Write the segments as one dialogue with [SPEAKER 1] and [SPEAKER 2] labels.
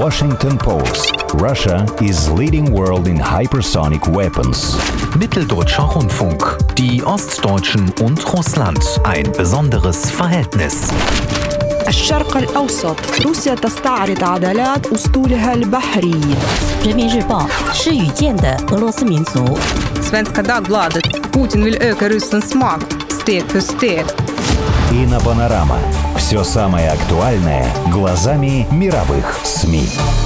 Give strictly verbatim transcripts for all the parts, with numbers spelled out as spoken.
[SPEAKER 1] Washington Post. Russia is leading world in hypersonic weapons.
[SPEAKER 2] Mitteldeutscher Rundfunk. Die Ostdeutschen und Russland. Ein besonderes Verhältnis.
[SPEAKER 3] الشرق الأوسط. روسيا تستعرض عضلات أسطولها البحري.
[SPEAKER 4] 人民日报是语见的俄罗斯民族。
[SPEAKER 5] Svenska Dagbladet. Putin vill öka Rysslands makt steg för steg.
[SPEAKER 1] Инопанорама. Все самое актуальное глазами мировых СМИ.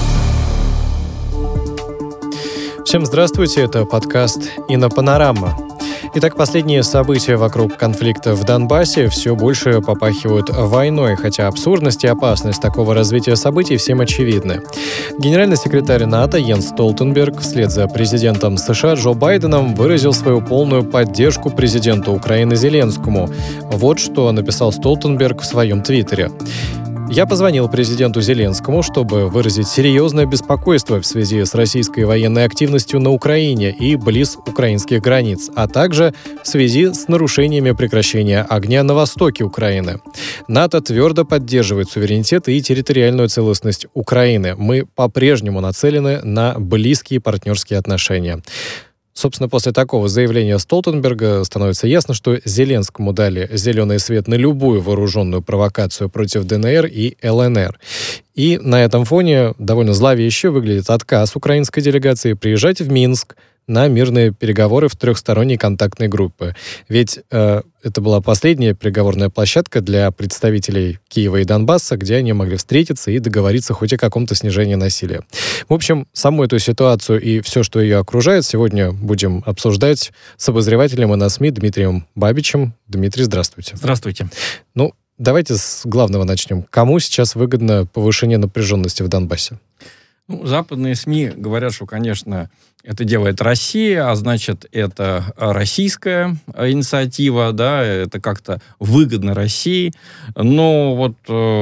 [SPEAKER 6] Всем здравствуйте, это подкаст «Инопанорама». Итак, последние события вокруг конфликта в Донбассе все больше попахивают войной, хотя абсурдность и опасность такого развития событий всем очевидны. Генеральный секретарь НАТО Йенс Столтенберг вслед за президентом США Джо Байденом выразил свою полную поддержку президенту Украины Зеленскому. Вот что написал Столтенберг в своем твиттере. «Я позвонил президенту Зеленскому, чтобы выразить серьезное беспокойство в связи с российской военной активностью на Украине и близ украинских границ, а также в связи с нарушениями прекращения огня на востоке Украины. НАТО твердо поддерживает суверенитет и территориальную целостность Украины. Мы по-прежнему нацелены на близкие партнерские отношения». Собственно, после такого заявления Столтенберга становится ясно, что Зеленскому дали зеленый свет на любую вооруженную провокацию против ДНР и ЛНР. И на этом фоне довольно зловеще выглядит отказ украинской делегации приезжать в Минск на мирные переговоры в трехсторонней контактной группе. Ведь э, это была последняя переговорная площадка для представителей Киева и Донбасса, где они могли встретиться и договориться хоть о каком-то снижении насилия. В общем, саму эту ситуацию и все, что ее окружает, сегодня будем обсуждать с обозревателем и на СМИ Дмитрием Бабичем. Дмитрий, здравствуйте.
[SPEAKER 7] Здравствуйте.
[SPEAKER 6] Ну, давайте с главного начнем. Кому сейчас выгодно повышение напряженности в Донбассе?
[SPEAKER 7] Ну, западные СМИ говорят, что, конечно, это делает Россия, а значит, это российская инициатива, да, это как-то выгодно России. Но вот,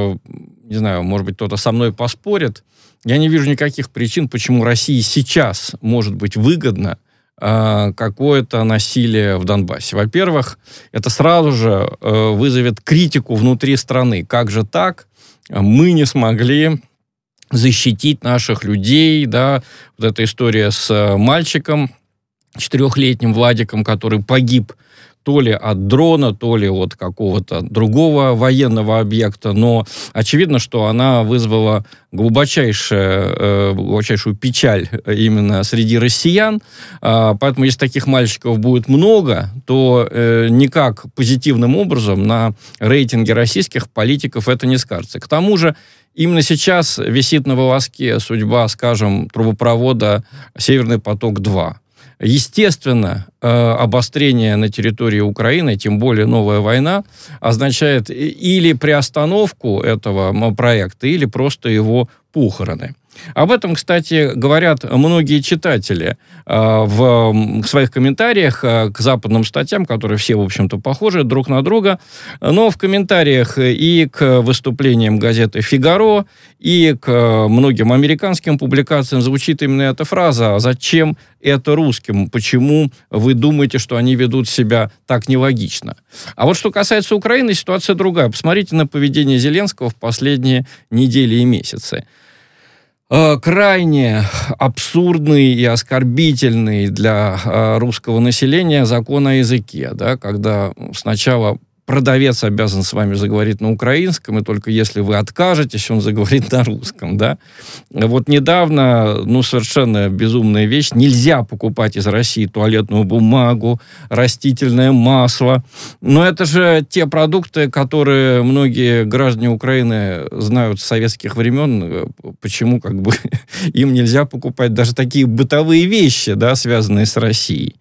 [SPEAKER 7] не знаю, может быть, кто-то со мной поспорит. Я не вижу никаких причин, почему России сейчас может быть выгодно какое-то насилие в Донбассе. Во-первых, это сразу же вызовет критику внутри страны. Как же так? Мы не смогли защитить наших людей, да, вот эта история с мальчиком, четырехлетним Владиком, который погиб то ли от дрона, то ли от какого-то другого военного объекта, но очевидно, что она вызвала глубочайшую, глубочайшую печаль именно среди россиян, поэтому если таких мальчиков будет много, то никак позитивным образом на рейтинге российских политиков это не скажется. К тому же, именно сейчас висит на волоске судьба, скажем, трубопровода «Северный поток-два». Естественно, обострение на территории Украины, тем более новая война, означает или приостановку этого проекта, или просто его похороны. Об этом, кстати, говорят многие читатели в своих комментариях к западным статьям, которые все, в общем-то, похожи друг на друга. Но в комментариях и к выступлениям газеты «Фигаро», и к многим американским публикациям звучит именно эта фраза: «Зачем это русским? Почему вы думаете, что они ведут себя так нелогично?» А вот что касается Украины, ситуация другая. Посмотрите на поведение Зеленского в последние недели и месяцы. Крайне абсурдный и оскорбительный для русского населения закон о языке, да, когда сначала продавец обязан с вами заговорить на украинском, и только если вы откажетесь, он заговорит на русском, да. Вот недавно, ну, совершенно безумная вещь, нельзя покупать из России туалетную бумагу, растительное масло, но это же те продукты, которые многие граждане Украины знают с советских времен, почему как бы им нельзя покупать даже такие бытовые вещи, да, связанные с Россией.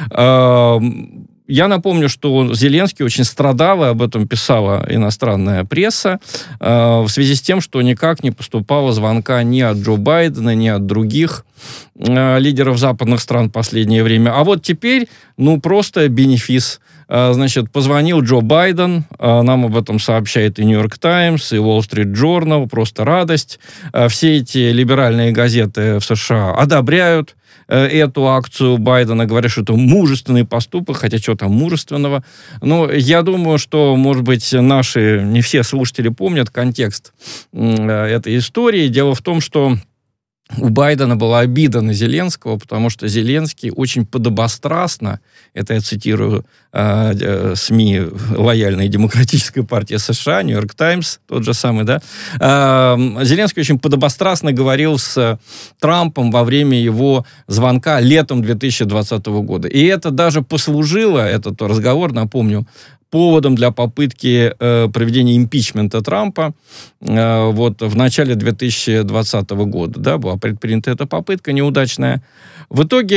[SPEAKER 7] Я напомню, что Зеленский очень страдал, и об этом писала иностранная пресса, э, в связи с тем, что никак не поступало звонка ни от Джо Байдена, ни от других э, лидеров западных стран в последнее время. А вот теперь, ну, просто бенефис. Э, значит, позвонил Джо Байден, э, нам об этом сообщает и Нью-Йорк Таймс, и Wall Street Journal, просто радость. Э, все эти либеральные газеты в США одобряют эту акцию Байдена, говорят, что это мужественный поступок, хотя что там мужественного. Но я думаю, что, может быть, наши, не все слушатели помнят контекст этой истории. Дело в том, что у Байдена была обида на Зеленского, потому что Зеленский очень подобострастно, это я цитирую э, СМИ лояльной Демократической партии США, Нью-Йорк Таймс, тот же самый, да, э, Зеленский очень подобострастно говорил с Трампом во время его звонка летом две тысячи двадцатого года. И это даже послужило, этот разговор, напомню, поводом для попытки э, проведения импичмента Трампа э, вот в начале две тысячи двадцатого года, да, была предпринята эта попытка неудачная. В итоге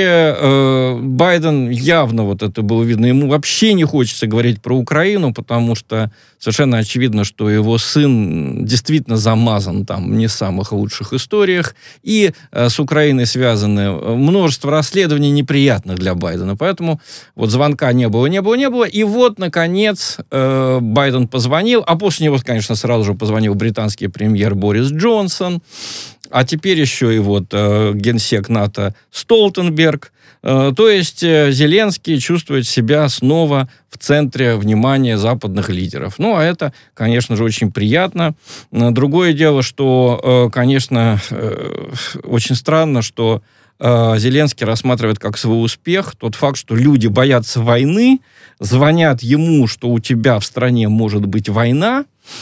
[SPEAKER 7] э, Байден явно, вот это было видно, ему вообще не хочется говорить про Украину, потому что совершенно очевидно, что его сын действительно замазан там в не самых лучших историях, и э, с Украиной связаны множество расследований неприятных для Байдена. Поэтому вот звонка не было, не было, не было, и вот, наконец, э, Байден позвонил, а после него, конечно, сразу же позвонил британский премьер Борис Джонсон, а теперь еще и вот э, генсек НАТО Столтенберг. Э, то есть э, Зеленский чувствует себя снова в центре внимания западных лидеров. Ну, а это, конечно же, очень приятно. Другое дело, что, э, конечно, э, очень странно, что э, Зеленский рассматривает как свой успех тот факт, что люди боятся войны, звонят ему, что у тебя в стране может быть война,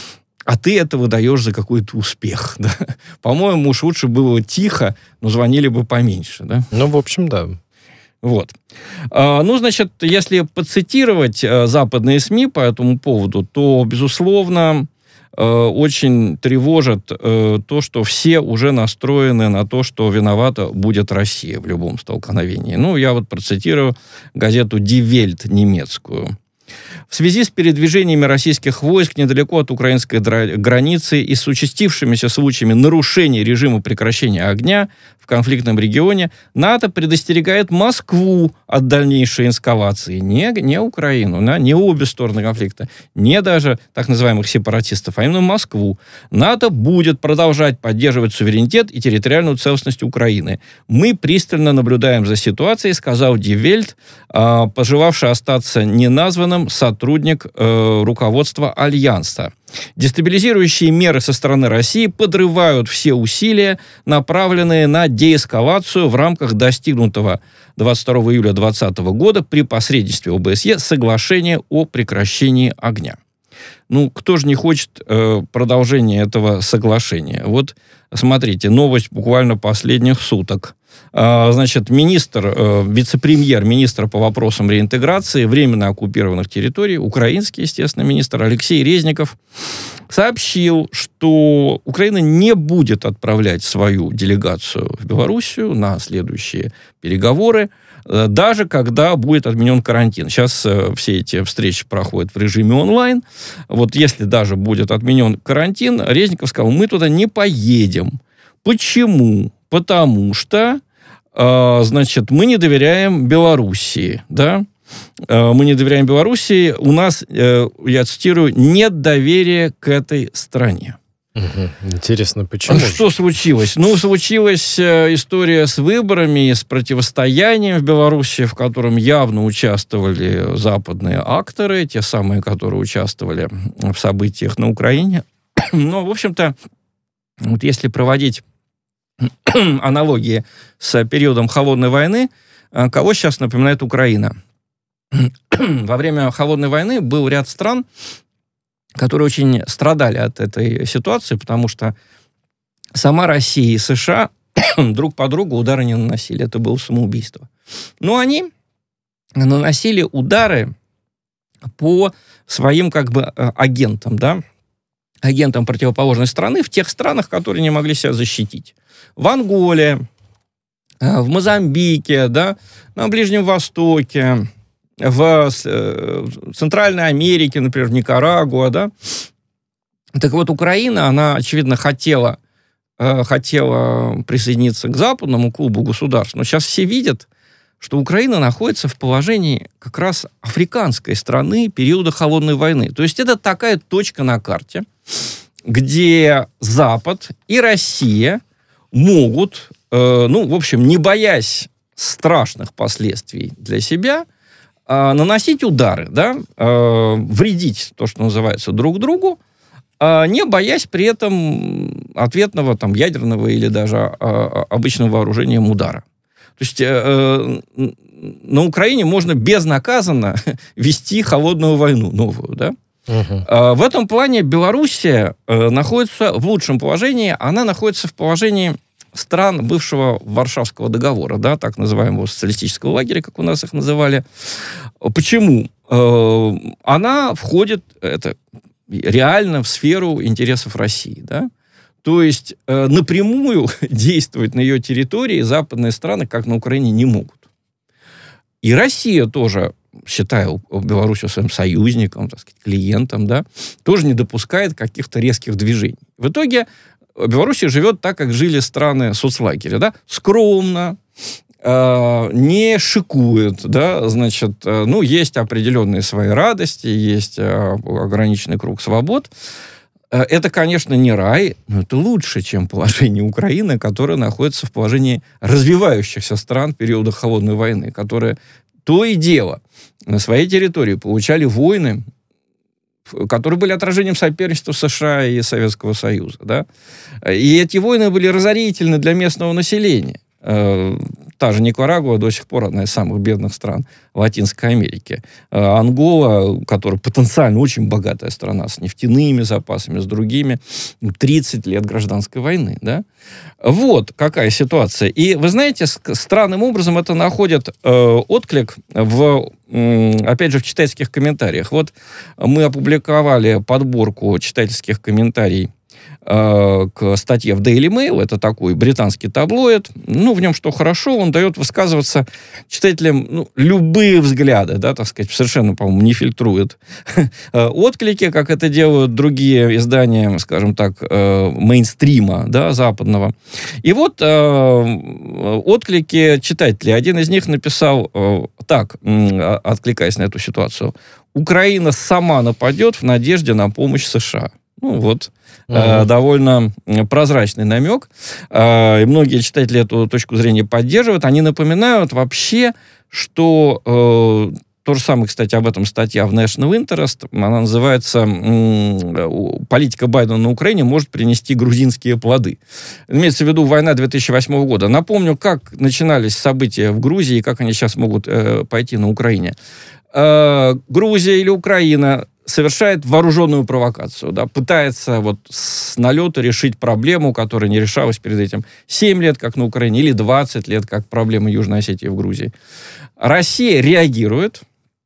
[SPEAKER 7] а ты это выдаешь за какой-то успех. Да? По-моему, уж лучше было тихо, но звонили бы поменьше. Да?
[SPEAKER 6] Ну, в общем, да.
[SPEAKER 7] Вот. А, ну, значит, если процитировать а, западные СМИ по этому поводу, то, безусловно, а, очень тревожит а, то, что все уже настроены на то, что виновата будет Россия в любом столкновении. Ну, я вот процитирую газету Die Welt немецкую. В связи с передвижениями российских войск недалеко от украинской границы и с участившимися случаями нарушения режима прекращения огня в конфликтном регионе, НАТО предостерегает Москву от дальнейшей эскалации. Не, не Украину, да, не обе стороны конфликта, не даже так называемых сепаратистов, а именно Москву. НАТО будет продолжать поддерживать суверенитет и территориальную целостность Украины. Мы пристально наблюдаем за ситуацией, сказал Die Welt, э, пожелавший остаться неназванным сотрудник э, руководства Альянса. Дестабилизирующие меры со стороны России подрывают все усилия, направленные на деэскалацию в рамках достигнутого двадцать второго июля две тысячи двадцатого года при посредничестве ОБСЕ соглашения о прекращении огня. Ну, кто же не хочет э, продолжения этого соглашения? Вот, смотрите, новость буквально последних суток. А, значит, министр, э, вице-премьер-министр по вопросам реинтеграции временно оккупированных территорий, украинский, естественно, министр Алексей Резников, сообщил, что Украина не будет отправлять свою делегацию в Белоруссию на следующие переговоры, э, даже когда будет отменен карантин. Сейчас э, все эти встречи проходят в режиме онлайн. Вот если даже будет отменен карантин, Резников сказал, мы туда не поедем. Почему? Потому что, э, значит, мы не доверяем Белоруссии, да? Э, мы не доверяем Белоруссии. У нас, э, я цитирую, нет доверия к этой стране.
[SPEAKER 6] Угу. Интересно, почему?
[SPEAKER 7] Что случилось? Ну, случилась э, история с выборами, с противостоянием в Беларуси, в котором явно участвовали западные акторы, те самые, которые участвовали в событиях на Украине. Но, в общем-то, вот если проводить аналогии с периодом Холодной войны, кого сейчас напоминает Украина? Во время Холодной войны был ряд стран, которые очень страдали от этой ситуации, потому что сама Россия и США друг по другу удары не наносили. Это было самоубийство. Но они наносили удары по своим как бы агентам, да, агентам противоположной страны в тех странах, которые не могли себя защитить. В Анголе, в Мозамбике, да, на Ближнем Востоке, в Центральной Америке, например, в Никарагуа, да. Так вот, Украина, она, очевидно, хотела, хотела присоединиться к западному клубу государств, но сейчас все видят, что Украина находится в положении как раз африканской страны периода Холодной войны. То есть это такая точка на карте, где Запад и Россия могут, э, ну, в общем, не боясь страшных последствий для себя э, наносить удары, да, э, вредить, то, что называется, друг другу, э, не боясь при этом ответного там, ядерного или даже э, обычным вооружением удара. То есть э, э, на Украине можно безнаказанно вести холодную войну новую, да. Uh-huh. В этом плане Белоруссия находится в лучшем положении. Она находится в положении стран бывшего Варшавского договора, да, так называемого социалистического лагеря, как у нас их называли. Почему? Она входит это, реально в сферу интересов России, да. То есть напрямую действовать на ее территории западные страны, как на Украине, не могут. И Россия тоже, считая Белоруссию своим союзником, так сказать, клиентом, да, тоже не допускает каких-то резких движений. В итоге Белоруссия живет так, как жили страны соцлагеря, да, скромно, э, не шикует, да, значит, э, ну, есть определенные свои радости, есть э, ограниченный круг свобод. Э, это, конечно, не рай, но это лучше, чем положение Украины, которая находится в положении развивающихся стран периода Холодной войны, которые то и дело на своей территории получали войны, которые были отражением соперничества США и Советского Союза. Да? И эти войны были разорительны для местного населения. Та же Никарагуа до сих пор одна из самых бедных стран Латинской Америки. Ангола, которая потенциально очень богатая страна, с нефтяными запасами, с другими, тридцать лет гражданской войны. Да? Вот какая ситуация. И вы знаете, странным образом это находит э, отклик в, э, опять же, в читательских комментариях. Вот мы опубликовали подборку читательских комментариев к статье в Daily Mail, это такой британский таблоид, ну, в нем что хорошо, он дает высказываться читателям, ну, любые взгляды, да, так сказать, совершенно, по-моему, не фильтрует отклики, как это делают другие издания, скажем так, мейнстрима, да, западного. И вот отклики читателей. Один из них написал так, откликаясь на эту ситуацию: «Украина сама нападет в надежде на помощь США». Ну, вот, uh-huh. э, довольно прозрачный намек. Э, и многие читатели эту точку зрения поддерживают. Они напоминают вообще, что... Э, то же самое, кстати, об этом статья в National Interest. Она называется м- «Политика Байдена на Украине может принести грузинские плоды». Имеется в виду война две тысячи восьмого года. Напомню, как начинались события в Грузии и как они сейчас могут э, пойти на Украине. Э, Грузия или Украина совершает вооруженную провокацию, да, пытается вот с налета решить проблему, которая не решалась перед этим семь лет, как на Украине, или двадцать лет, как проблема Южной Осетии в Грузии. Россия реагирует,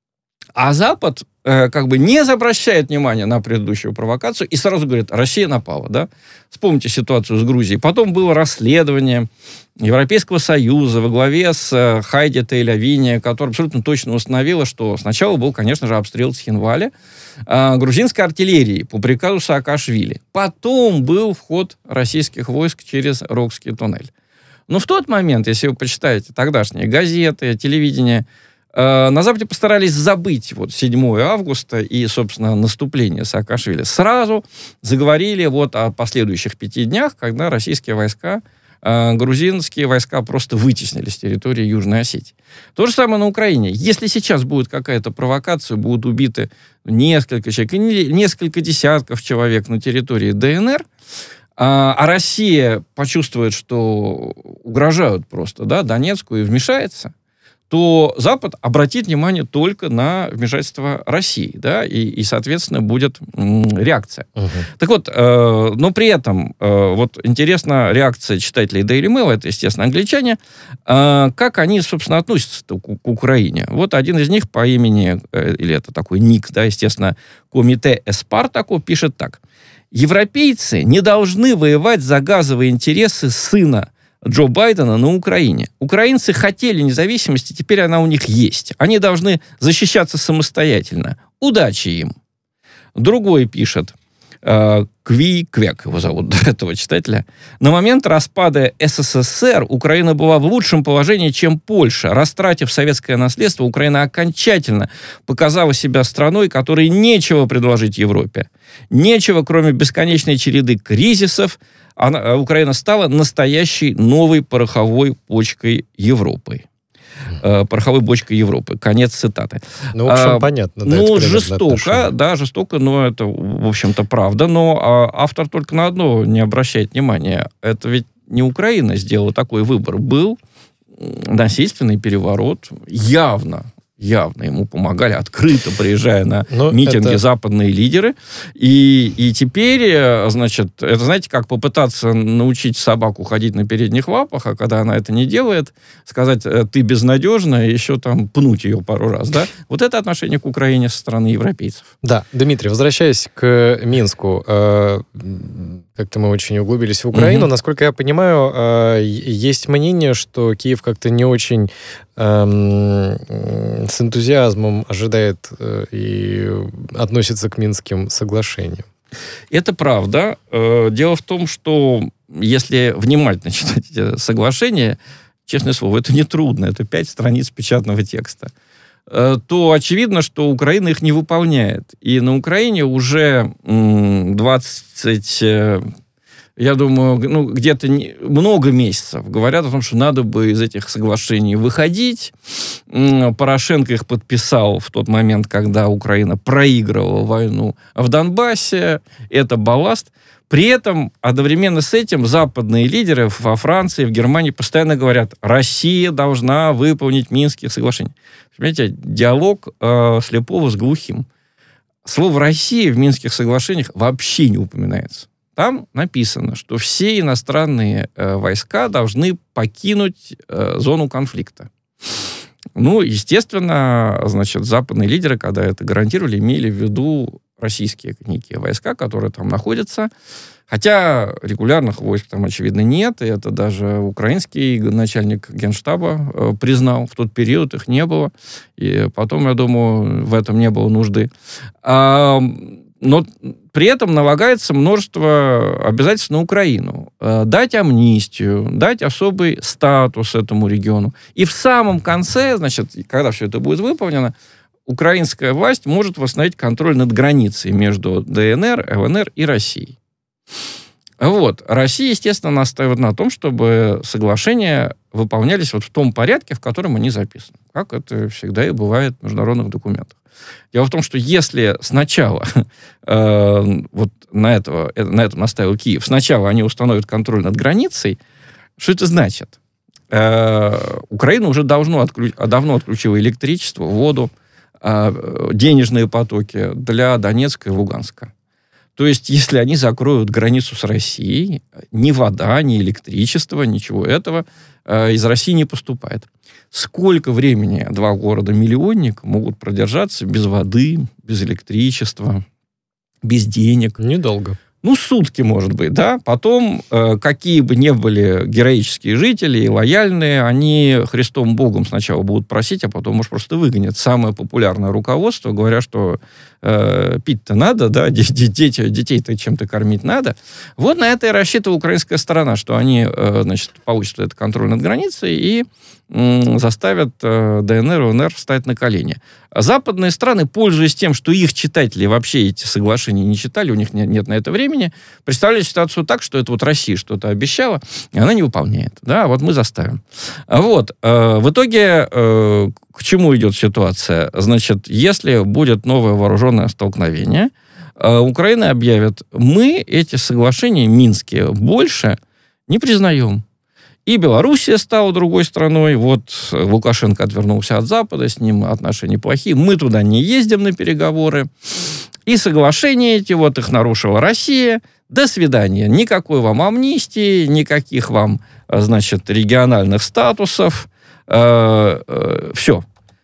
[SPEAKER 7] а Запад э, как бы не обращает внимания на предыдущую провокацию и сразу говорит: Россия напала, да. Вспомните ситуацию с Грузией. Потом было расследование Европейского Союза во главе с э, Хайди Тель-Авини, которое абсолютно точно установило, что сначала был, конечно же, обстрел Цхинваля э, грузинской артиллерии по приказу Саакашвили. Потом был вход российских войск через Рокский туннель. Но в тот момент, если вы почитаете тогдашние газеты, телевидение, э, на Западе постарались забыть вот седьмого августа и, собственно, наступление Саакашвили. Сразу заговорили вот о последующих пяти днях, когда российские войска, э, грузинские войска просто вытеснили с территории Южной Осетии. То же самое на Украине. Если сейчас будет какая-то провокация, будут убиты несколько человек, несколько десятков человек на территории ДНР, а Россия почувствует, что угрожают просто, да, Донецку и вмешается, то Запад обратит внимание только на вмешательство России, да, и, и соответственно, будет м, реакция. Uh-huh. Так вот, э, но при этом, э, вот интересна реакция читателей Daily Mail, это, естественно, англичане, э, как они, собственно, относятся к, к Украине. Вот один из них по имени, э, или это такой ник, да, естественно, Комите Эспартаку, пишет так: «Европейцы не должны воевать за газовые интересы сына Джо Байдена на Украине. Украинцы хотели независимости, теперь она у них есть. Они должны защищаться самостоятельно. Удачи им». Другой пишет, э, Кви Квек, его зовут, этого читателя: «На момент распада СССР Украина была в лучшем положении, чем Польша. Растратив советское наследство, Украина окончательно показала себя страной, которой нечего предложить Европе. Нечего, кроме бесконечной череды кризисов. Она, Украина стала настоящей новой пороховой почкой Европы». э, пороховой бочкой Европы. Конец цитаты.
[SPEAKER 6] Ну, в общем,
[SPEAKER 7] а,
[SPEAKER 6] понятно. Да,
[SPEAKER 7] ну, жестоко, да, жестоко, но это, в общем-то, правда. Но а, автор только на одно не обращает внимания. Это ведь не Украина сделала такой выбор. Был насильственный переворот, явно, явно ему помогали, открыто приезжая на Но митинги это... западные лидеры. И, и теперь, значит, это, знаете, как попытаться научить собаку ходить на передних лапах, а когда она это не делает, сказать, ты безнадежна, и еще там пнуть ее пару раз, да? Вот это отношение к Украине со стороны европейцев.
[SPEAKER 6] Да, Дмитрий, возвращаясь к Минску, э, как-то мы очень углубились в Украину. Mm-hmm. Насколько я понимаю, э, есть мнение, что Киев как-то не очень э, с энтузиазмом ожидает э, и относится к Минским соглашениям.
[SPEAKER 7] Это правда. Дело в том, что если внимательно читать эти соглашения, честное слово, это не трудно, это пять страниц печатного текста, то очевидно, что Украина их не выполняет. И на Украине уже двадцать, я думаю, ну, где-то не, много месяцев говорят о том, что надо бы из этих соглашений выходить. Порошенко их подписал в тот момент, когда Украина проигрывала войну в Донбассе. Это балласт. При этом одновременно с этим западные лидеры во Франции, в Германии постоянно говорят, Россия должна выполнить Минские соглашения. Понимаете, диалог э, слепого с глухим. Слово «Россия» в Минских соглашениях вообще не упоминается. Там написано, что все иностранные э, войска должны покинуть э, зону конфликта. Ну, естественно, значит, западные лидеры, когда это гарантировали, имели в виду российские некие войска, которые там находятся. Хотя регулярных войск там, очевидно, нет. И это даже украинский начальник Генштаба э, признал. В тот период их не было. И потом, я думаю, в этом не было нужды. А, но при этом налагается множество обязательств на Украину. Э, дать амнистию, дать особый статус этому региону. И в самом конце, значит, когда все это будет выполнено, украинская власть может восстановить контроль над границей между ДНР, ЛНР и Россией. Вот. Россия, естественно, настаивает на том, чтобы соглашения выполнялись вот в том порядке, в котором они записаны. Как это всегда и бывает в международных документах. Дело в том, что если сначала э, вот на, этого, на этом настаивал Киев, сначала они установят контроль над границей, что это значит? Э, Украина уже давно, отключ, давно отключила электричество, воду, э, денежные потоки для Донецка и Луганска. То есть, если они закроют границу с Россией, ни вода, ни электричество, ничего этого э, из России не поступает. Сколько времени два города-миллионника могут продержаться без воды, без электричества, без денег?
[SPEAKER 6] Недолго.
[SPEAKER 7] Ну, сутки, может быть, да. Потом, э, какие бы ни были героические жители и лояльные, они Христом Богом сначала будут просить, а потом, может, просто выгонят. Самое популярное руководство, говоря, что э, пить-то надо, да, дети, детей-то чем-то кормить надо. Вот на это и рассчитывала украинская сторона, что они, э, значит, получат этот контроль над границей и э, заставят э, ДНР и ЛНР встать на колени. А западные страны, пользуясь тем, что их читатели вообще эти соглашения не читали, у них нет, нет на это времени, представляют ситуацию так, что это вот Россия что-то обещала, и она не выполняет. Да, вот мы заставим. Вот. Э, в итоге э, к чему идет ситуация? Значит, если будет новое вооруженное столкновение, э, Украина объявит, мы эти соглашения минские больше не признаем. И Белоруссия стала другой страной. Вот Лукашенко отвернулся от Запада, с ним отношения плохие. Мы туда не ездим на переговоры. И соглашения эти, вот их нарушила Россия. До свидания. Никакой вам амнистии, никаких вам, значит, региональных статусов. Э, э, все.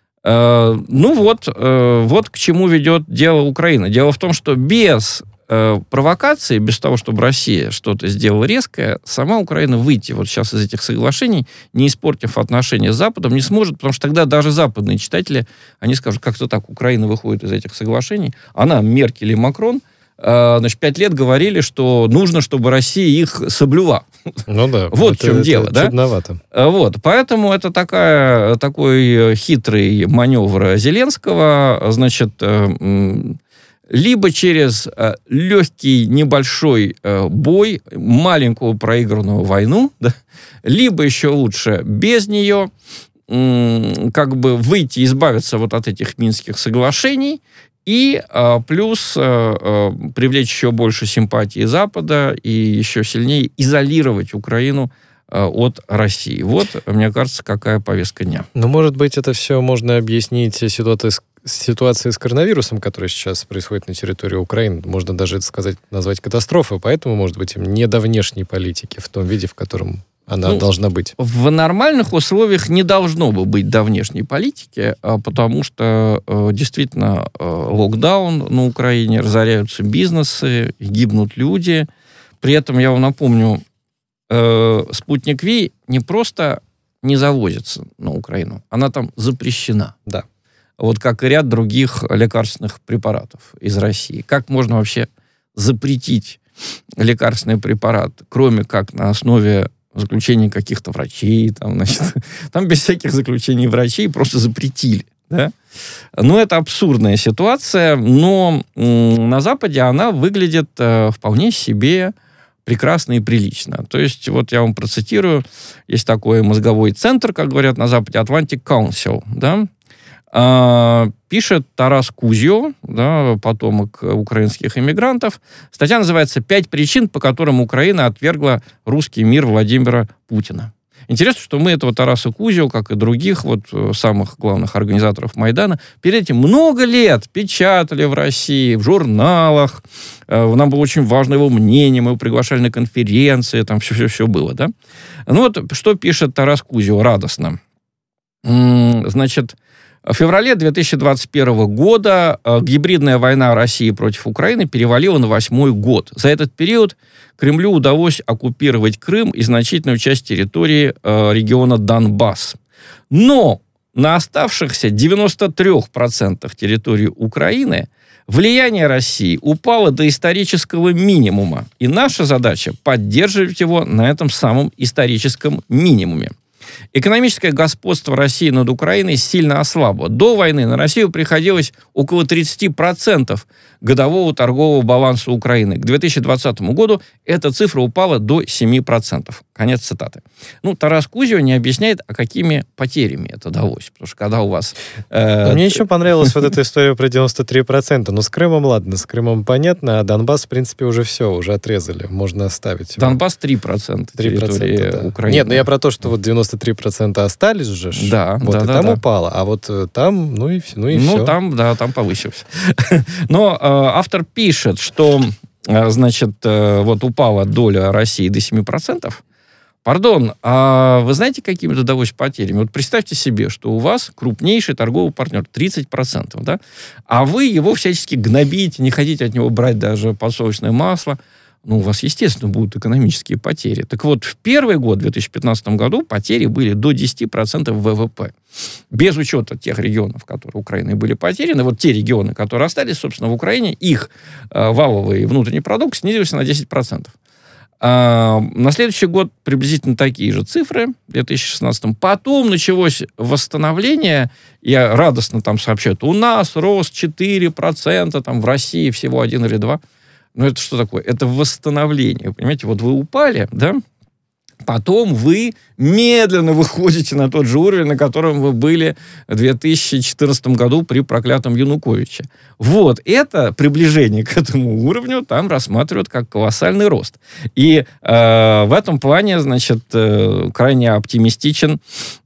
[SPEAKER 7] Э, ну вот, э, вот к чему ведет дело Украины. Дело в том, что без провокации, без того, чтобы Россия что-то сделала резкое, сама Украина выйти вот сейчас из этих соглашений, не испортив отношения с Западом, не сможет, потому что тогда даже западные читатели, они скажут, как-то так, Украина выходит из этих соглашений, она, Меркель и Макрон, значит, пять лет говорили, что нужно, чтобы Россия их соблюла.
[SPEAKER 6] Ну да.
[SPEAKER 7] Вот в чем
[SPEAKER 6] это,
[SPEAKER 7] дело,
[SPEAKER 6] это
[SPEAKER 7] да?
[SPEAKER 6] Чудновато.
[SPEAKER 7] Вот, поэтому это такая, такой хитрый маневр Зеленского, значит, либо через э, легкий небольшой э, бой, маленькую проигранную войну, да, либо еще лучше без нее, как бы выйти, избавиться вот от этих Минских соглашений и плюс привлечь еще больше симпатии Запада и еще сильнее изолировать Украину от России. Вот, мне кажется, какая повестка дня.
[SPEAKER 6] Ну, может быть, это все можно объяснить ситуацией с ситуации с коронавирусом, которая сейчас происходит на территории Украины. Можно даже это сказать, назвать катастрофой, поэтому, может быть, им не до внешней политики в том виде, в котором она ну, должна быть.
[SPEAKER 7] В нормальных условиях не должно бы быть до внешней политики, потому что действительно локдаун на Украине, разоряются бизнесы, гибнут люди. При этом, я вам напомню, Спутник Ви не просто не завозится на Украину, она там запрещена.
[SPEAKER 6] Да.
[SPEAKER 7] Вот как и ряд других лекарственных препаратов из России. Как можно вообще запретить лекарственный препарат, кроме как на основе заключений каких-то врачей, там, значит, там без всяких заключений врачей просто запретили, да? Ну, это абсурдная ситуация, но м- на Западе она выглядит э, вполне себе прекрасно и прилично. То есть, вот я вам процитирую, есть такой мозговой центр, как говорят на Западе, Atlantic Council, да, а, пишет Тарас Кузьо, да, потомок украинских эмигрантов. Статья называется «Пять причин, по которым Украина отвергла русский мир Владимира Путина». Интересно, что мы этого Тараса Кузьо, как и других вот самых главных организаторов Майдана, перед этим много лет печатали в России, в журналах. Нам было очень важно его мнение, мы его приглашали на конференции, там все-все-все было, да? Ну вот, что пишет Тарас Кузьо радостно. Значит, в феврале две тысячи двадцать первого года гибридная война России против Украины перевалила на восьмой год. За этот период Кремлю удалось оккупировать Крым и значительную часть территории э, региона Донбасс. Но на оставшихся девяноста трёх процентах территории Украины влияние России упало до исторического минимума. И наша задача – поддерживать его на этом самом историческом минимуме. Экономическое господство России над Украиной сильно ослабло. До войны на Россию приходилось около тридцать процентов годового торгового баланса Украины. К две тысячи двадцатому году эта цифра упала до семь процентов. Конец цитаты. Ну, Тарас Кузьо не объясняет, а какими потерями это далось. Потому что когда у вас...
[SPEAKER 6] Э, Мне еще понравилась вот эта история про девяносто три процента. Ну, с Крымом, ладно, с Крымом понятно, а Донбасс, в принципе, уже все, уже отрезали. Можно оставить.
[SPEAKER 7] Донбасс три процента территории да. Украины.
[SPEAKER 6] Нет, ну я про то, что вот девяносто три процента остались же.
[SPEAKER 7] Да,
[SPEAKER 6] вот,
[SPEAKER 7] да,
[SPEAKER 6] и
[SPEAKER 7] да.
[SPEAKER 6] там
[SPEAKER 7] да.
[SPEAKER 6] упало. А вот там, ну и, ну и
[SPEAKER 7] ну,
[SPEAKER 6] все.
[SPEAKER 7] Ну, там, да, там повысилось. Но э, автор пишет, что, э, значит, э, вот упала доля России до семь процентов. Пардон, а вы знаете, какими удалось потерями? Вот представьте себе, что у вас крупнейший торговый партнер, тридцать процентов, да? А вы его всячески гнобите, не хотите от него брать даже подсолнечное масло. Ну, у вас, естественно, будут экономические потери. Так вот, в первый год, в две тысячи пятнадцатом году, потери были до десять процентов вэ вэ пэ. Без учета тех регионов, которые Украиной были потеряны. Вот те регионы, которые остались, собственно, в Украине, их э, валовый внутренний продукт снизился на десять процентов. А, на следующий год приблизительно такие же цифры, в две тысячи шестнадцатом. Потом началось восстановление. Я радостно там сообщаю, у нас рост четыре процента, там в России всего один или два. Ну, это что такое? Это восстановление. Понимаете, вот вы упали, да? Потом вы медленно выходите на тот же уровень, на котором вы были в две тысячи четырнадцатом году при проклятом Януковиче. Вот это приближение к этому уровню там рассматривают как колоссальный рост. И э, в этом плане, значит, э, крайне оптимистичен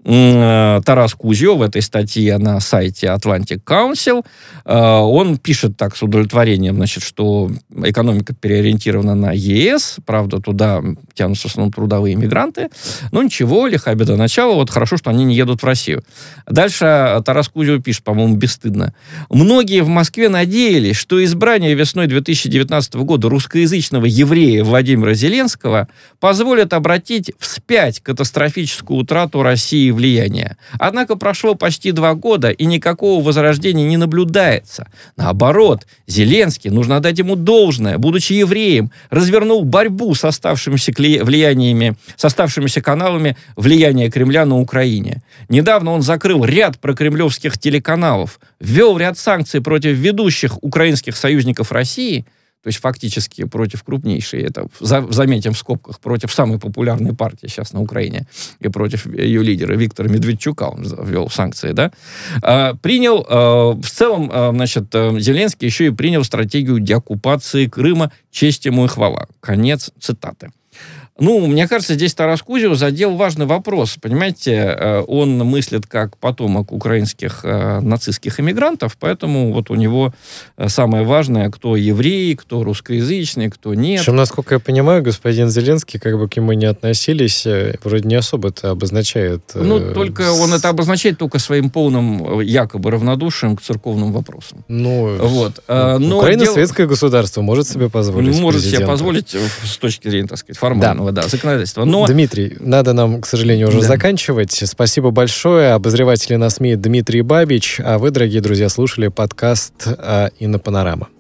[SPEAKER 7] э, Тарас Кузьо в этой статье на сайте Atlantic Council. Э, он пишет так с удовлетворением, значит, что экономика переориентирована на е эс, правда, туда тянутся в основном трудовые мигранты. Но ничего, лиха беда начала, вот хорошо, что они не едут в Россию. Дальше Тарас Кузьо пишет, по-моему, бесстыдно. Многие в Москве надеялись, что избрание весной две тысячи девятнадцатого года русскоязычного еврея Владимира Зеленского позволит обратить вспять катастрофическую утрату России влияния. Однако прошло почти два года, и никакого возрождения не наблюдается. Наоборот, Зеленский, нужно отдать ему должное, будучи евреем, развернул борьбу с оставшимися влияниями, с оставшимися каналами влияния Кремля на Украине. Недавно он закрыл ряд прокремлевских телеканалов, ввел ряд санкций против ведущих украинских союзников России, то есть фактически против крупнейшей, это, заметим в скобках, против самой популярной партии сейчас на Украине и против ее лидера Виктора Медведчука, он ввел санкции, да, принял, в целом, значит, Зеленский еще и принял стратегию деоккупации Крыма, честь ему и хвала. Конец цитаты. Ну, мне кажется, здесь Тарас Кузев задел важный вопрос. Понимаете, он мыслит как потомок украинских э, нацистских эмигрантов, поэтому вот у него самое важное, кто еврей, кто русскоязычный, кто нет.
[SPEAKER 6] Причем, насколько я понимаю, господин Зеленский, как бы к нему ни относились, вроде не особо это обозначает. Э,
[SPEAKER 7] ну, только с... он это обозначает только своим полным якобы равнодушием к церковным вопросам.
[SPEAKER 6] Ну,
[SPEAKER 7] вот. Но
[SPEAKER 6] Украина
[SPEAKER 7] дел...
[SPEAKER 6] светское государство, может себе позволить.
[SPEAKER 7] Может
[SPEAKER 6] президента.
[SPEAKER 7] себе позволить с точки зрения, так сказать, формального. Да. Да, законодательство. Но...
[SPEAKER 6] Дмитрий, надо нам, к сожалению, уже да. заканчивать. Спасибо большое. Обозреватель на СМИ Дмитрий Бабич. А вы, дорогие друзья, слушали подкаст «Инна Панорама».